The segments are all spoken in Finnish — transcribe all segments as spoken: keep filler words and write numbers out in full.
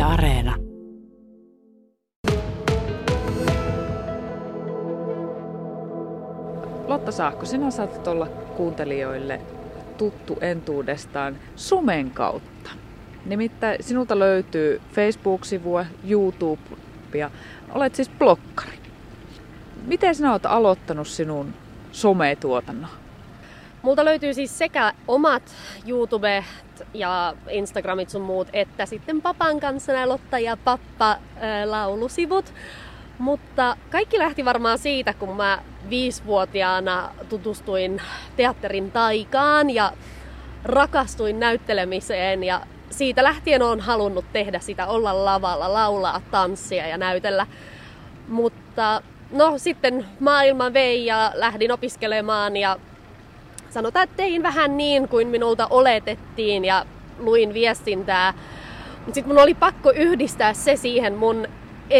Areena. Lotta Saakko, sinä saatat olla kuuntelijoille tuttu entuudestaan somen kautta. Nimittäin sinulta löytyy Facebook-sivua, YouTubea. Olet siis blokkari. Miten sinä olet aloittanut sinun sometuotannon? Multa löytyy siis sekä omat YouTube ja Instagramit sun muut, että sitten papan kanssa nämä Lotta ja Pappa ää, laulusivut. Mutta kaikki lähti varmaan siitä, kun mä viisivuotiaana tutustuin teatterin taikaan ja rakastuin näyttelemiseen. Ja siitä lähtien olen halunnut tehdä sitä, olla lavalla, laulaa, tanssia ja näytellä. Mutta no sitten maailma vei ja lähdin opiskelemaan ja sanotaan, että tein vähän niin kuin minulta oletettiin ja luin viestintää. Mutta sitten mun oli pakko yhdistää se siihen mun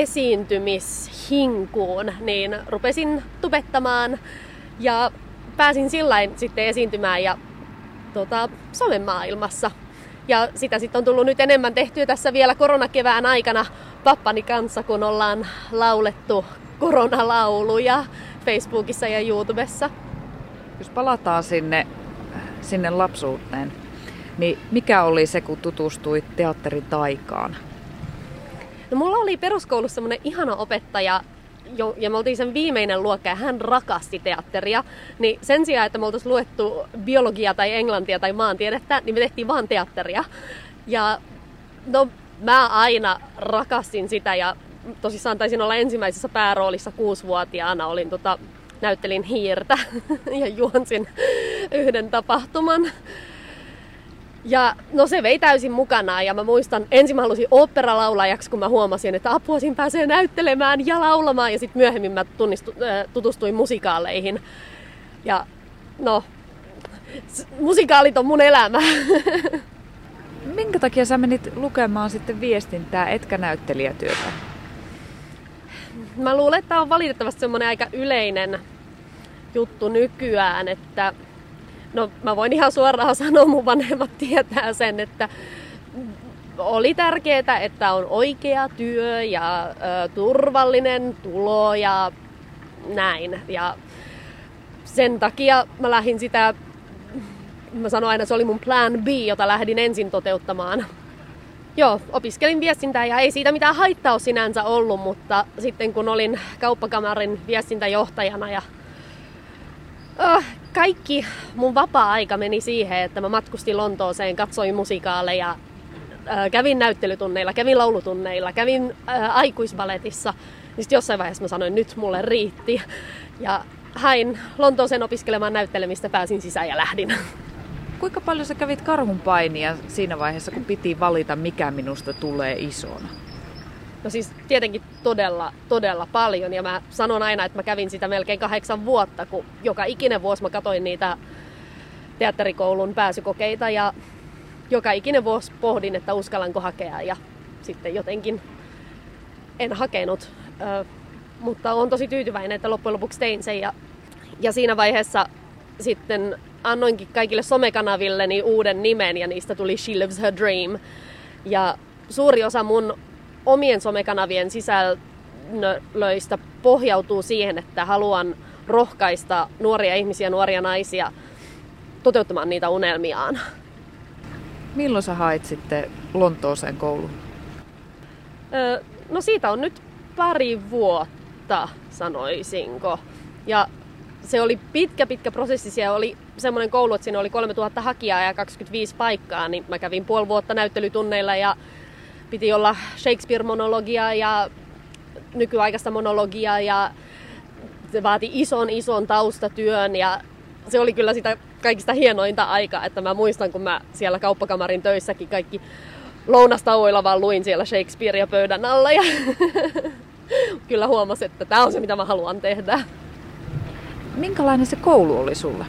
esiintymishinkuun, niin rupesin tubettamaan ja pääsin sillain sitten esiintymään ja tota, somemaailmassa. Ja sitä sitten on tullut nyt enemmän tehtyä tässä vielä koronakevään aikana pappani kanssa, kun ollaan laulettu koronalauluja Facebookissa ja YouTubessa. Jos palataan sinne, sinne lapsuuteen, niin mikä oli se, kun tutustuit teatterin taikaan? No mulla oli peruskoulussa semmoinen ihana opettaja, ja me oltiin sen viimeinen luokka, ja hän rakasti teatteria. Niin sen sijaan, että me oltaisiin luettu biologiaa tai englantia tai maantiedettä, niin me tehtiin vaan teatteria. Ja no mä aina rakastin sitä, ja tosissaan taisin olla ensimmäisessä pääroolissa kuusivuotiaana. Olin tota, näyttelin hiirtä ja juonsin yhden tapahtuman. Ja no se vei täysin mukanaan ja mä muistan, ensin mä halusin oopperalaulajaksi, kun mä huomasin, että apua siinä pääsee näyttelemään ja laulamaan. Ja sitten myöhemmin mä tunnistu, äh, tutustuin musikaaleihin. Ja no, musikaalit on mun elämä. Minkä takia sä menit lukemaan sitten viestintää, etkä näyttelijätyötä? Mä luulen, että tää on valitettavasti semmoinen aika yleinen juttu nykyään, että no mä voin ihan suoraan sanoa, mun vanhemmat tietää sen, että oli tärkeää, että on oikea työ ja ö, turvallinen tulo ja näin. Ja sen takia mä lähdin sitä, mä sanoin aina, se oli mun plan B, jota lähdin ensin toteuttamaan. Joo, opiskelin viestintää ja ei siitä mitään haittaa ole sinänsä ollut, mutta sitten kun olin kauppakamarin viestintäjohtajana ja oh, kaikki mun vapaa-aika meni siihen, että mä matkustin Lontooseen, katsoin musikaaleja, ää, kävin näyttelytunneilla, kävin laulutunneilla, kävin ää, aikuisbaletissa. Ja sitten jossain vaiheessa mä sanoin, nyt mulle riitti. Ja hain Lontooseen opiskelemaan näyttelemistä, pääsin sisään ja lähdin. Kuinka paljon sä kävit karhunpainia siinä vaiheessa, kun piti valita, mikä minusta tulee isona? No siis tietenkin todella, todella paljon. Ja mä sanon aina, että mä kävin sitä melkein kahdeksan vuotta, kun joka ikinen vuosi mä katsoin niitä teatterikoulun pääsykokeita. Ja joka ikinen vuosi pohdin, että uskallanko hakea. Ja sitten jotenkin en hakenut. Ö, mutta olen tosi tyytyväinen, että loppujen lopuksi tein sen. Ja, ja siinä vaiheessa sitten annoinkin kaikille somekanavilleni uuden nimen ja niistä tuli She Lives Her Dream. Ja suuri osa mun omien somekanavien sisällöistä pohjautuu siihen, että haluan rohkaista nuoria ihmisiä, nuoria naisia toteuttamaan niitä unelmiaan. Milloin sä hait sitten Lontooseen kouluun? Öö, no siitä on nyt pari vuotta, sanoisinko. Ja se oli pitkä, pitkä prosessi. Siellä oli semmoinen koulu, että siinä oli kolmetuhatta hakijaa ja kaksikymmentäviisi paikkaa, niin mä kävin puoli vuotta näyttelytunneilla ja piti olla Shakespeare-monologia ja nykyaikaista monologiaa ja se vaati ison, ison taustatyön ja se oli kyllä sitä kaikista hienointa aikaa, että mä muistan, kun mä siellä kauppakamarin töissäkin kaikki lounastauoilla vaan luin siellä Shakespearea pöydän alla ja kyllä huomasin, että tää on se, mitä mä haluan tehdä. Minkälainen se koulu oli sulle?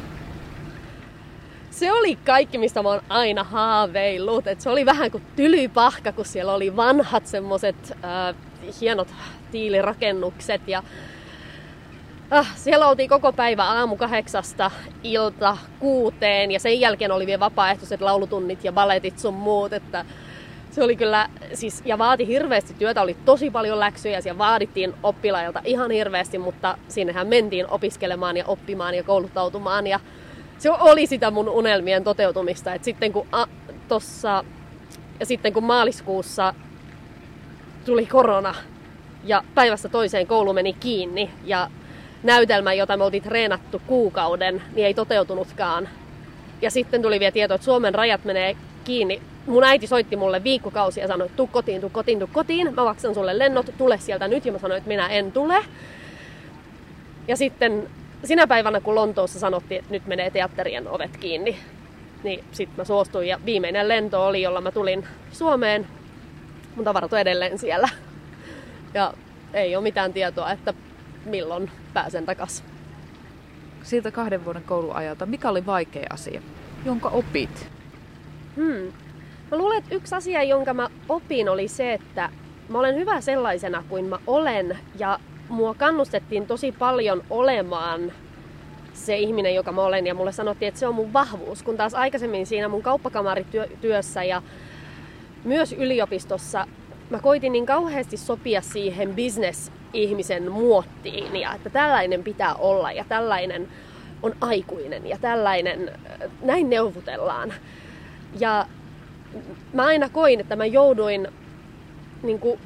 Se oli kaikki, mistä mä oon aina haaveillut. Et se oli vähän kuin Tylypahka, kun siellä oli vanhat semmoset äh, hienot tiilirakennukset. Ja, äh, siellä oltiin koko päivä aamu kahdeksasta ilta kuuteen ja sen jälkeen oli vielä vapaaehtoiset laulutunnit ja baletit sun muut. Että Se oli kyllä, siis, ja vaati hirveästi työtä, oli tosi paljon läksyjä, ja vaadittiin oppilailta ihan hirveästi, mutta sinnehän mentiin opiskelemaan ja oppimaan ja kouluttautumaan, ja se oli sitä mun unelmien toteutumista. Et sitten, kun a, tossa, ja sitten kun maaliskuussa tuli korona, ja päivästä toiseen koulu meni kiinni, ja näytelmä, jota me oltiin treenattu kuukauden, niin ei toteutunutkaan. Ja sitten tuli vielä tieto, että Suomen rajat menee kiinni. Mun äiti soitti mulle viikkokausia ja sanoi, että tuu kotiin, tuu kotiin, tuu kotiin. Mä maksan sulle lennot, tule sieltä nyt. Ja mä sanoin, että minä en tule. Ja sitten sinä päivänä, kun Lontoossa sanottiin, että nyt menee teatterien ovet kiinni, niin sitten mä suostuin. Ja viimeinen lento oli, jolla mä tulin Suomeen. Mun tavarat on edelleen siellä. Ja ei ole mitään tietoa, että milloin pääsen takaisin. Siltä kahden vuoden kouluajalta, mikä oli vaikea asia, jonka opit? Hmm. Mä luulen, että yksi asia, jonka mä opin, oli se, että mä olen hyvä sellaisena kuin mä olen. Ja mua kannustettiin tosi paljon olemaan se ihminen, joka mä olen. Ja mulle sanottiin, että se on mun vahvuus. Kun taas aikaisemmin siinä mun kauppakamarityössä ja myös yliopistossa mä koitin niin kauheasti sopia siihen business-ihmisen muottiin. Ja että tällainen pitää olla ja tällainen on aikuinen ja tällainen, näin neuvotellaan. Ja mä aina koin, että mä jouduin niin kuin,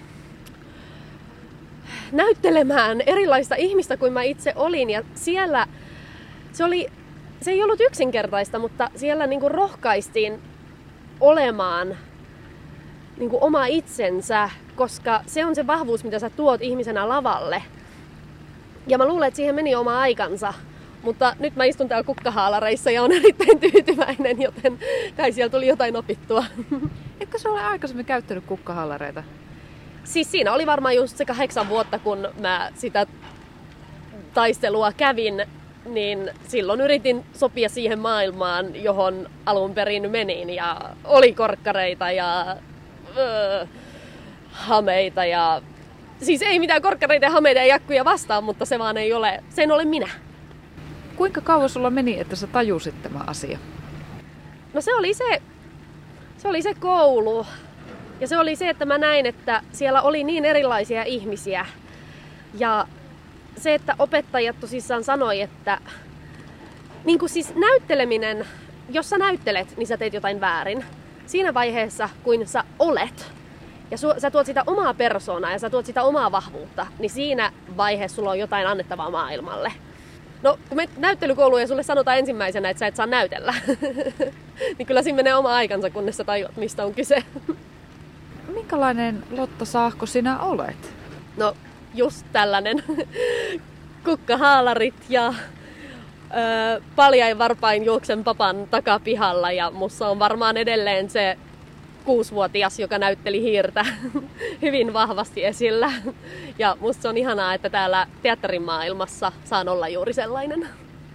näyttelemään erilaista ihmistä kuin mä itse olin. Ja siellä se, oli, se ei ollut yksinkertaista, mutta siellä niin kuin rohkaistiin olemaan niin kuin oma itsensä, koska se on se vahvuus, mitä sä tuot ihmisenä lavalle. Ja mä luulen, että siihen meni oma aikansa. Mutta nyt mä istun täällä kukkahaalareissa ja on erittäin tyytyväinen, joten kai siellä tuli jotain opittua. Etkö sä ole aikaisemmin käyttänyt kukkahaalareita? Siis siinä oli varmaan just se kahdeksan vuotta, kun mä sitä taistelua kävin, niin silloin yritin sopia siihen maailmaan, johon alun perin menin. Ja oli korkkareita ja öö, hameita ja... Siis ei mitään korkkareita ja hameita ja jakkuja vastaan, mutta se vaan ei ole, se en ole minä. Kuinka kauan sulla meni, että sä tajusit tämä asia? No se oli se, se oli se koulu. Ja se oli se, että mä näin, että siellä oli niin erilaisia ihmisiä. Ja se, että opettajat tosissaan sanoi, että niin kuin siis näytteleminen, jos sä näyttelet, niin sä teet jotain väärin. Siinä vaiheessa, kun sä olet, ja su, sä tuot sitä omaa persoonaa ja sä tuot sitä omaa vahvuutta, niin siinä vaiheessa sulla on jotain annettavaa maailmalle. No, kun me näyttelykouluun ja sulle sanotaan ensimmäisenä, että sä et saa näytellä, niin kyllä siinä menee oma aikansa, kunnes sä tajuat, mistä on kyse. Minkälainen Lotta Saahko sinä olet? No, just tällainen. Kukkahaalarit ja öö, paljain varpain juoksen papan takapihalla. Ja musta on varmaan edelleen se kuusivuotias, joka näytteli hiirtä hyvin vahvasti esillä. Ja musta on ihanaa, että täällä teatterin maailmassa saan olla juuri sellainen.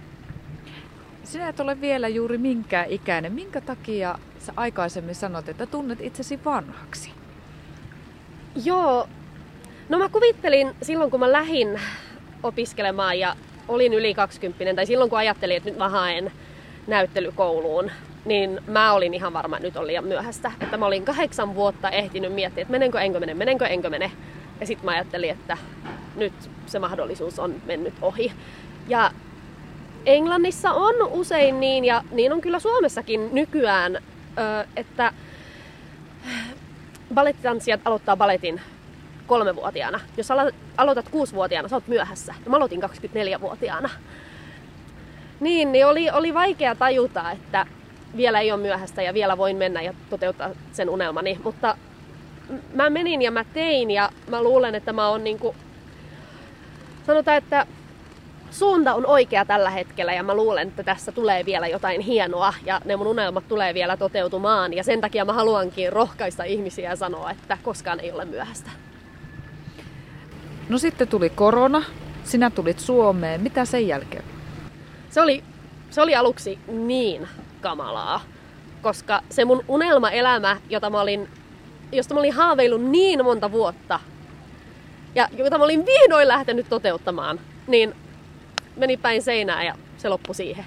Sinä et ole vielä juuri minkään ikäinen. Minkä takia sä aikaisemmin sanot, että tunnet itsesi vanhaksi? Joo. No mä kuvittelin silloin, kun mä lähdin opiskelemaan ja olin yli kaksikymppinen, tai silloin kun ajattelin, että nyt mä haen näyttelykouluun, niin mä olin ihan varma, että nyt on liian myöhäistä. Että mä olin kahdeksan vuotta ehtinyt miettiä, että menenkö enkö mene, menenkö enkö mene. Ja sit mä ajattelin, että nyt se mahdollisuus on mennyt ohi. Ja Englannissa on usein niin, ja niin on kyllä Suomessakin nykyään, että balettitanssijat aloittaa baletin kolmevuotiaana. Jos aloitat kuusivuotiaana, sä oot myöhässä. Mä aloitin kaksikymmentäneljävuotiaana. Niin, niin oli, oli vaikea tajuta, että vielä ei ole myöhäistä ja vielä voin mennä ja toteuttaa sen unelmani. Mutta mä menin ja mä tein ja mä luulen, että mä oon niinku... Sanotaan, että suunta on oikea tällä hetkellä ja mä luulen, että tässä tulee vielä jotain hienoa ja ne mun unelmat tulee vielä toteutumaan. Ja sen takia mä haluankin rohkaista ihmisiä ja sanoa, että koskaan ei ole myöhäistä. No sitten tuli korona, sinä tulit Suomeen. Mitä sen jälkeen? Se oli, se oli aluksi niin kamalaa, koska se mun unelmaelämä, jota mä olin, josta mä olin haaveillut niin monta vuotta ja jota mä olin vihdoin lähtenyt toteuttamaan, niin meni päin seinää ja se loppui siihen.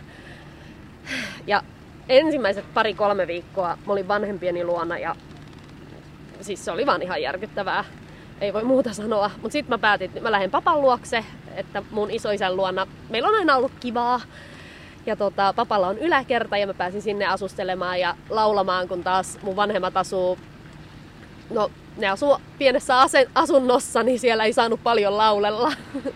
Ja ensimmäiset pari-kolme viikkoa mä olin vanhempieni luona ja siis se oli vaan ihan järkyttävää. Ei voi muuta sanoa. Mutta sitten mä päätin, että mä lähden papan luokse, että mun isoisän luona meillä on aina ollut kivaa. Ja tota, papalla on yläkerta ja mä pääsin sinne asustelemaan ja laulamaan, kun taas mun vanhemmat asuu, no ne asuu pienessä asunnossa, niin siellä ei saanut paljon laulella.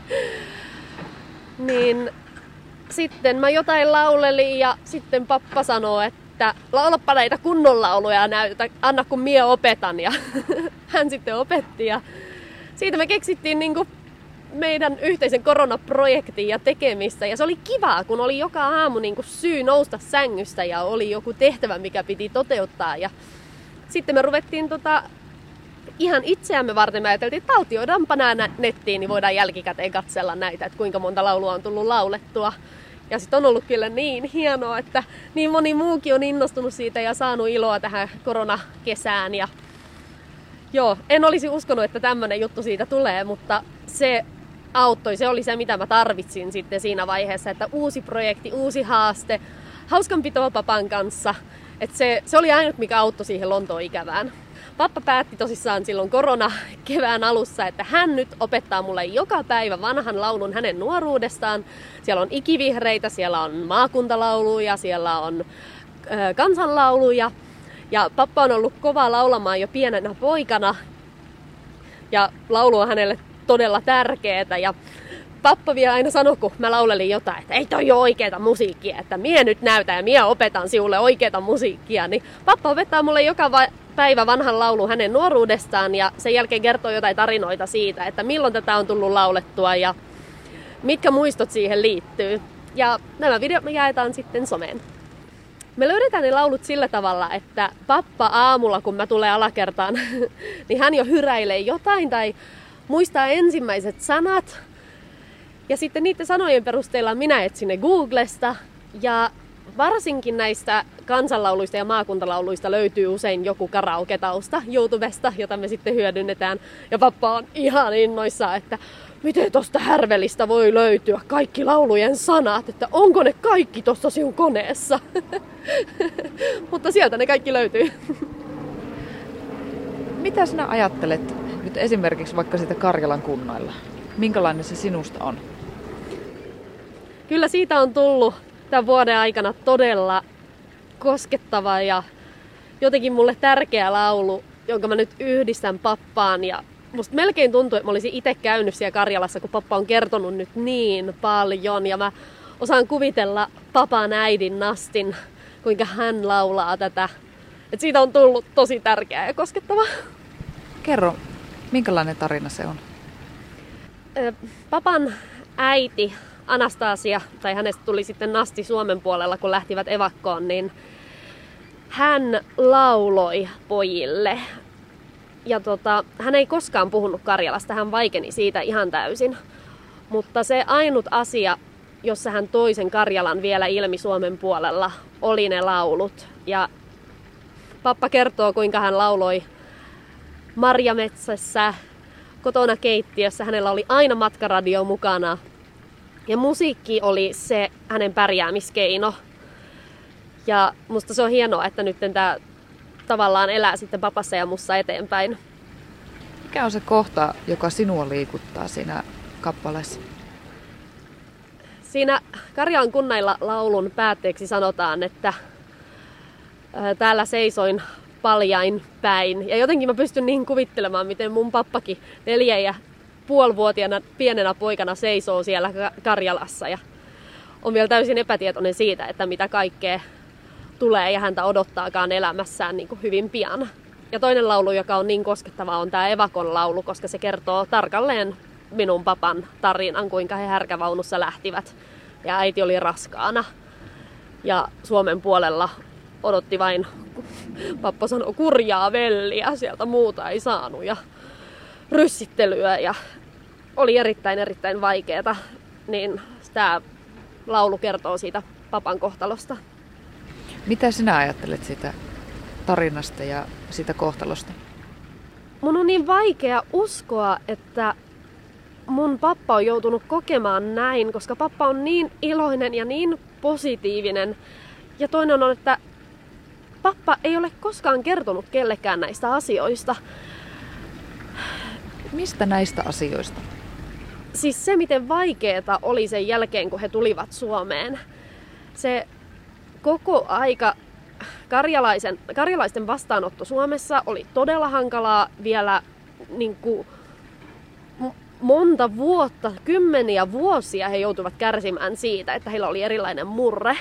Niin sitten mä jotain laulelin ja sitten pappa sanoi, että laulappa näitä kunnon lauluja ja näytä, anna kun mie opetan. Ja hän sitten opetti ja siitä me keksittiin niinku meidän yhteisen koronaprojektin ja tekemistä. Ja se oli kivaa, kun oli joka aamu niinku syy nousta sängystä ja oli joku tehtävä, mikä piti toteuttaa. Ja sitten me ruvettiin tota, ihan itseämme varten, me ajateltiin, että taltioidaanpa nämä nettiin, niin voidaan jälkikäteen katsella näitä, että kuinka monta laulua on tullut laulettua. Ja sitten on ollut kyllä niin hienoa, että niin moni muukin on innostunut siitä ja saanut iloa tähän koronakesään. Ja joo, en olisi uskonut, että tämmöinen juttu siitä tulee, mutta se auttoi. Se oli se, mitä mä tarvitsin sitten siinä vaiheessa, että uusi projekti, uusi haaste, hauskanpitoa papan kanssa. Että se, se oli ainut, mikä auttoi siihen Lontoon ikävään. Pappa päätti tosissaan silloin korona kevään alussa, että hän nyt opettaa mulle joka päivä vanhan laulun hänen nuoruudestaan. Siellä on ikivihreitä, siellä on maakuntalauluja, siellä on ö, kansanlauluja. Ja pappa on ollut kova laulamaan jo pienenä poikana. Ja laulu on hänelle todella tärkeetä. Ja pappa vielä aina sanoi, kun mä laulelin jotain, että ei toi ole oikeeta musiikkia, että mie nyt näytän ja mie opetan sinulle oikeeta musiikkia. Niin pappa opettaa mulle joka va- päivä vanhan laulun hänen nuoruudestaan ja sen jälkeen kertoo jotain tarinoita siitä, että milloin tätä on tullut laulettua ja mitkä muistot siihen liittyy. Ja nämä videot me jaetaan sitten someen. Me löydetään ne laulut sillä tavalla, että pappa aamulla, kun mä tulen alakertaan, niin hän jo hyräilee jotain tai muistaa ensimmäiset sanat. Ja sitten niiden sanojen perusteella minä etsin ne Googlesta. Ja varsinkin näistä kansanlauluista ja maakuntalauluista löytyy usein joku karaoke-tausta YouTubesta, jota me sitten hyödynnetään. Ja pappa on ihan innoissaan, että miten tosta härvelistä voi löytyä kaikki laulujen sanat, että onko ne kaikki tossa sinun koneessa. Mutta sieltä ne kaikki löytyy. Mitä sinä ajattelet nyt esimerkiksi vaikka siitä Karjalan kunnalla? Minkälainen se sinusta on? Kyllä siitä on tullut tämän vuoden aikana todella koskettava ja jotenkin mulle tärkeä laulu, jonka mä nyt yhdistän pappaan. Ja musta melkein tuntuu, että mä olisin itse käynyt siellä Karjalassa, kun pappa on kertonut nyt niin paljon. Ja mä osaan kuvitella papan äidin Nastin, kuinka hän laulaa tätä. Et siitä on tullut tosi tärkeä ja koskettava. Kerro, minkälainen tarina se on? Papan äiti Anastasia, tai hänestä tuli sitten Nasti Suomen puolella, kun lähtivät evakkoon, niin hän lauloi pojille. Ja tota, hän ei koskaan puhunut Karjalasta, hän vaikeni siitä ihan täysin. Mutta se ainut asia, jossa hän toi sen Karjalan vielä ilmi Suomen puolella, oli ne laulut. Ja pappa kertoo, kuinka hän lauloi marjametsässä, kotona keittiössä. Hänellä oli aina matkaradio mukana. Ja musiikki oli se hänen pärjäämiskeino. Ja musta se on hienoa, että nyt tämä tavallaan elää sitten papassa ja mussa eteenpäin. Mikä on se kohta, joka sinua liikuttaa siinä kappaleessa? Siinä Karjalan kunnailla laulun päätteeksi sanotaan, että täällä seisoin paljain päin. Ja jotenkin mä pystyn niin kuvittelemaan, miten mun pappakin neljä ja puolivuotiaana pienenä poikana seisoo siellä Karjalassa. Ja on vielä täysin epätietoinen siitä, että mitä kaikkea tulee ja häntä odottaakaan elämässään niin kuin hyvin pian. Ja toinen laulu, joka on niin koskettava, on tämä Evakon laulu, koska se kertoo tarkalleen minun papan tarinan, kuinka he härkävaunussa lähtivät. Ja äiti oli raskaana. Ja Suomen puolella odotti vain, pappa sanoi, kurjaa velliä, sieltä muuta ei saanut. Ja ryssittelyä ja oli erittäin erittäin vaikeeta. Niin tämä laulu kertoo siitä papan kohtalosta. Mitä sinä ajattelet siitä tarinasta ja siitä kohtalosta? Mun on niin vaikea uskoa, että mun pappa on joutunut kokemaan näin, koska pappa on niin iloinen ja niin positiivinen. Ja toinen on, että pappa ei ole koskaan kertonut kellekään näistä asioista. Mistä näistä asioista? Siis se, miten vaikeeta oli sen jälkeen, kun he tulivat Suomeen. Se koko aika karjalaisen, karjalaisten vastaanotto Suomessa oli todella hankalaa vielä niin kuin monta vuotta, kymmeniä vuosia he joutuivat kärsimään siitä, että heillä oli erilainen murre.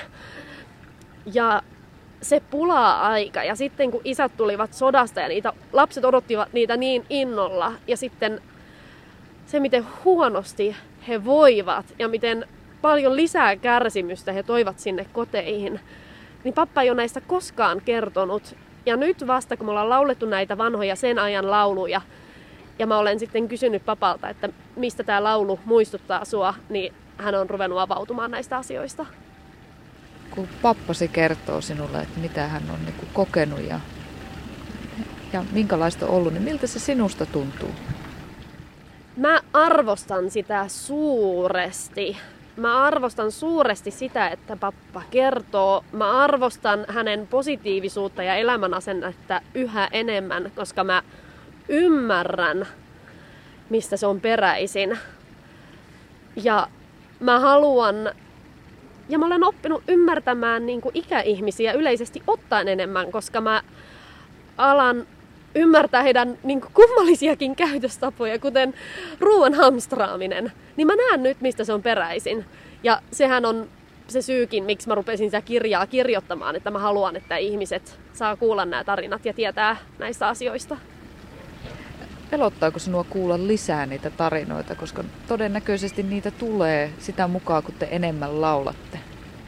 Ja se pula-aika ja sitten kun isät tulivat sodasta ja niitä, lapset odottivat niitä niin innolla ja sitten se, miten huonosti he voivat ja miten paljon lisää kärsimystä he toivat sinne koteihin, niin pappa ei ole näistä koskaan kertonut. Ja nyt vasta, kun me ollaan laulettu näitä vanhoja sen ajan lauluja, ja mä olen sitten kysynyt papalta, että mistä tämä laulu muistuttaa sua, niin hän on ruvennut avautumaan näistä asioista. Kun pappasi kertoo sinulle, että mitä hän on niin kuin kokenut ja, ja minkälaista on ollut, niin miltä se sinusta tuntuu? Mä arvostan sitä suuresti. Mä arvostan suuresti sitä, että pappa kertoo. Mä arvostan hänen positiivisuutta ja elämänasennetta yhä enemmän, koska mä ymmärrän, mistä se on peräisin. Ja mä haluan, ja mä olen oppinut ymmärtämään niin kuin ikäihmisiä yleisesti ottaen enemmän, koska mä alan ymmärtää heidän niin kuin kummallisiakin käytöstapoja, kuten ruoan hamstraaminen. Niin mä näen nyt, mistä se on peräisin. Ja sehän on se syykin, miksi mä rupesin sitä kirjaa kirjoittamaan, että mä haluan, että ihmiset saa kuulla nämä tarinat ja tietää näistä asioista. Pelottaako sinua kuulla lisää niitä tarinoita, koska todennäköisesti niitä tulee sitä mukaan, kun te enemmän laulatte?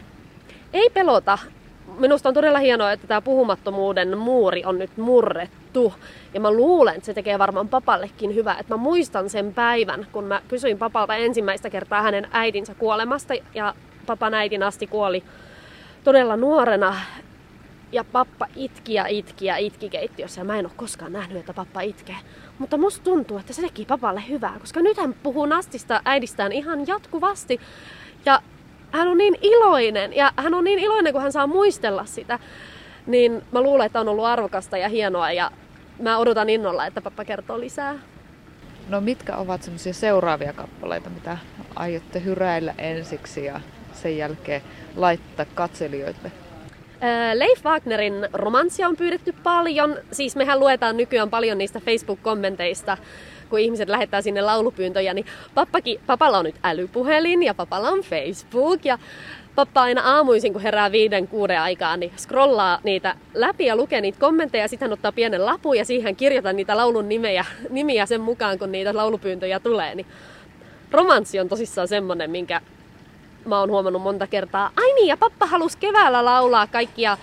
Ei pelota. Minusta on todella hienoa, että tämä puhumattomuuden muuri on nyt murrettu. Ja mä luulen, että se tekee varmaan papallekin hyvää. Että mä muistan sen päivän, kun mä kysyin papalta ensimmäistä kertaa hänen äidinsä kuolemasta. Ja papan äitin asti kuoli todella nuorena. Ja pappa itki ja itki ja itki keittiössä. Ja mä en ole koskaan nähnyt, että pappa itkee. Mutta musta tuntuu, että se teki papalle hyvää. Koska nyt hän puhuu Nastista äidistään ihan jatkuvasti. Ja hän on niin iloinen, ja hän on niin iloinen, kun hän saa muistella sitä, niin mä luulen, että on ollut arvokasta ja hienoa, ja mä odotan innolla, että pappa kertoo lisää. No mitkä ovat semmoisia seuraavia kappaleita, mitä aiotte hyräillä ensiksi ja sen jälkeen laittaa katselijoille? Leif Wagnerin romanssia on pyydetty paljon, siis mehän luetaan nykyään paljon niistä Facebook-kommenteista, kun ihmiset lähettää sinne laulupyyntöjä, niin pappakin, papalla on nyt älypuhelin ja papalla on Facebook. Ja pappa aina aamuisin, kun herää viiden kuuden aikaan, niin scrollaa niitä läpi ja lukee niitä kommentteja. Sitten hän ottaa pienen lapun ja siihen kirjoitan niitä laulun nimeä, nimiä sen mukaan, kun niitä laulupyyntöjä tulee. Niin romanssi on tosissaan semmonen, minkä mä oon huomannut monta kertaa. Ai niin, ja pappa halusi keväällä laulaa kaikkia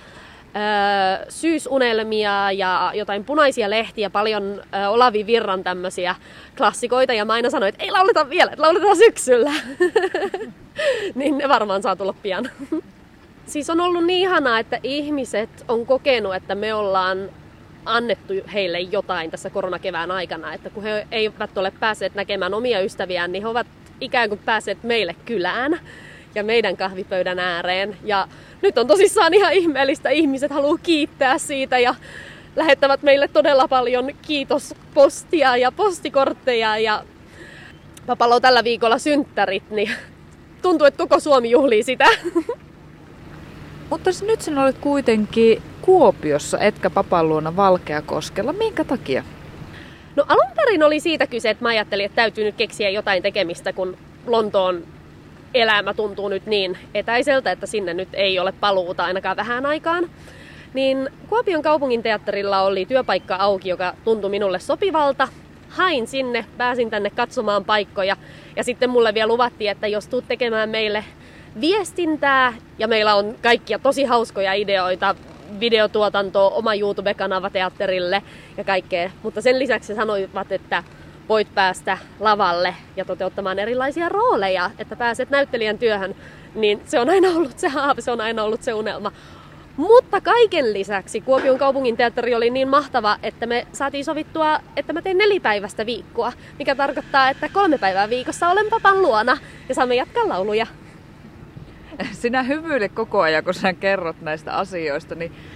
Öö, syysunelmia ja jotain punaisia lehtiä, paljon öö, Olavi Virran tämmöisiä klassikoita, ja mä aina sanoin, että ei lauleta vielä, että lauletaan syksyllä. Niin ne varmaan saa tulla pian. Siis on ollut niin ihanaa, että ihmiset on kokenut, että me ollaan annettu heille jotain tässä koronakevään aikana, että kun he eivät ole päässeet näkemään omia ystäviään, niin he ovat ikään kuin päässeet meille kylään ja meidän kahvipöydän ääreen. Ja nyt on tosissaan ihan ihmeellistä. Ihmiset haluaa kiittää siitä ja lähettävät meille todella paljon kiitospostia ja postikortteja. Ja papalla on tällä viikolla synttärit, niin tuntuu, että koko Suomi juhlii sitä. Mutta nyt sinä olet kuitenkin Kuopiossa, etkä papan luona Valkeakoskella. Minkä takia? No alun perin oli siitä kyse, että mä ajattelin, että täytyy nyt keksiä jotain tekemistä, kun Lontoon elämä tuntuu nyt niin etäiseltä, että sinne nyt ei ole paluuta ainakaan vähän aikaan. Niin Kuopion kaupunginteatterilla oli työpaikka auki, joka tuntui minulle sopivalta. Hain sinne, pääsin tänne katsomaan paikkoja ja sitten mulle vielä luvattiin, että jos tuut tekemään meille viestintää ja meillä on kaikkia tosi hauskoja ideoita, videotuotantoa, oma YouTube-kanava teatterille ja kaikkea. Mutta sen lisäksi he sanoivat, että voit päästä lavalle ja toteuttamaan erilaisia rooleja, että pääset näyttelijän työhön, niin se on aina ollut se haave, se on aina ollut se unelma. Mutta kaiken lisäksi Kuopion kaupunginteatteri oli niin mahtava, että me saatiin sovittua, että mä teen nelipäiväistä viikkoa, mikä tarkoittaa, että kolme päivää viikossa olen papan luona ja saamme jatkaa lauluja. Sinä hymyilet koko ajan, kun sinä kerrot näistä asioista, niin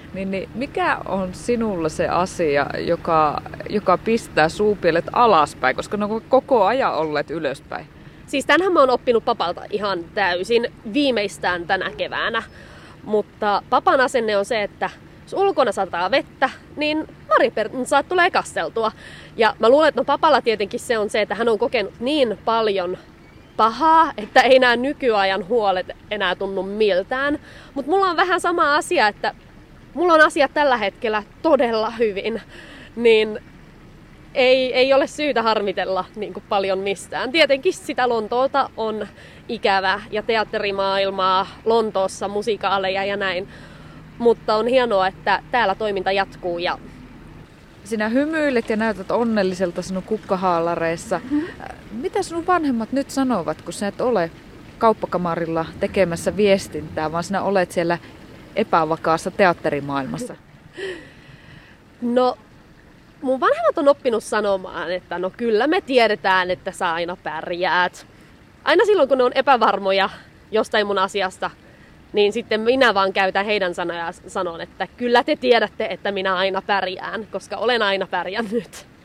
Niin, niin mikä on sinulla se asia, joka, joka pistää suupielet alaspäin, koska ne on koko ajan olleet ylöspäin? Siis tämänhän mä oon oppinut papalta ihan täysin, viimeistään tänä keväänä. Mutta papan asenne on se, että jos ulkona sataa vettä, niin Maripersaat tulee kasteltua. Ja mä luulen, että no papalla tietenkin se on se, että hän on kokenut niin paljon pahaa, että ei nämä nykyajan huolet enää tunnu miltään. Mutta mulla on vähän sama asia, että mulla on asiat tällä hetkellä todella hyvin, niin ei, ei ole syytä harmitella niin kuin paljon mistään. Tietenkin sitä Lontoota on ikävä ja teatterimaailmaa Lontoossa, musikaaleja ja näin. Mutta on hienoa, että täällä toiminta jatkuu. Ja sinä hymyilet ja näytät onnelliselta sinun kukkahaalareissa. Mm-hmm. Mitä sinun vanhemmat nyt sanovat, kun sä et ole kauppakamarilla tekemässä viestintää, vaan sinä olet siellä epävakaassa teatterimaailmassa? No, mun vanhemmat on oppinut sanomaan, että no kyllä me tiedetään, että sä aina pärjäät. Aina silloin, kun ne on epävarmoja jostain mun asiasta, niin sitten minä vaan käytän heidän sanoja sanon, että kyllä te tiedätte, että minä aina pärjään, koska olen aina pärjännyt.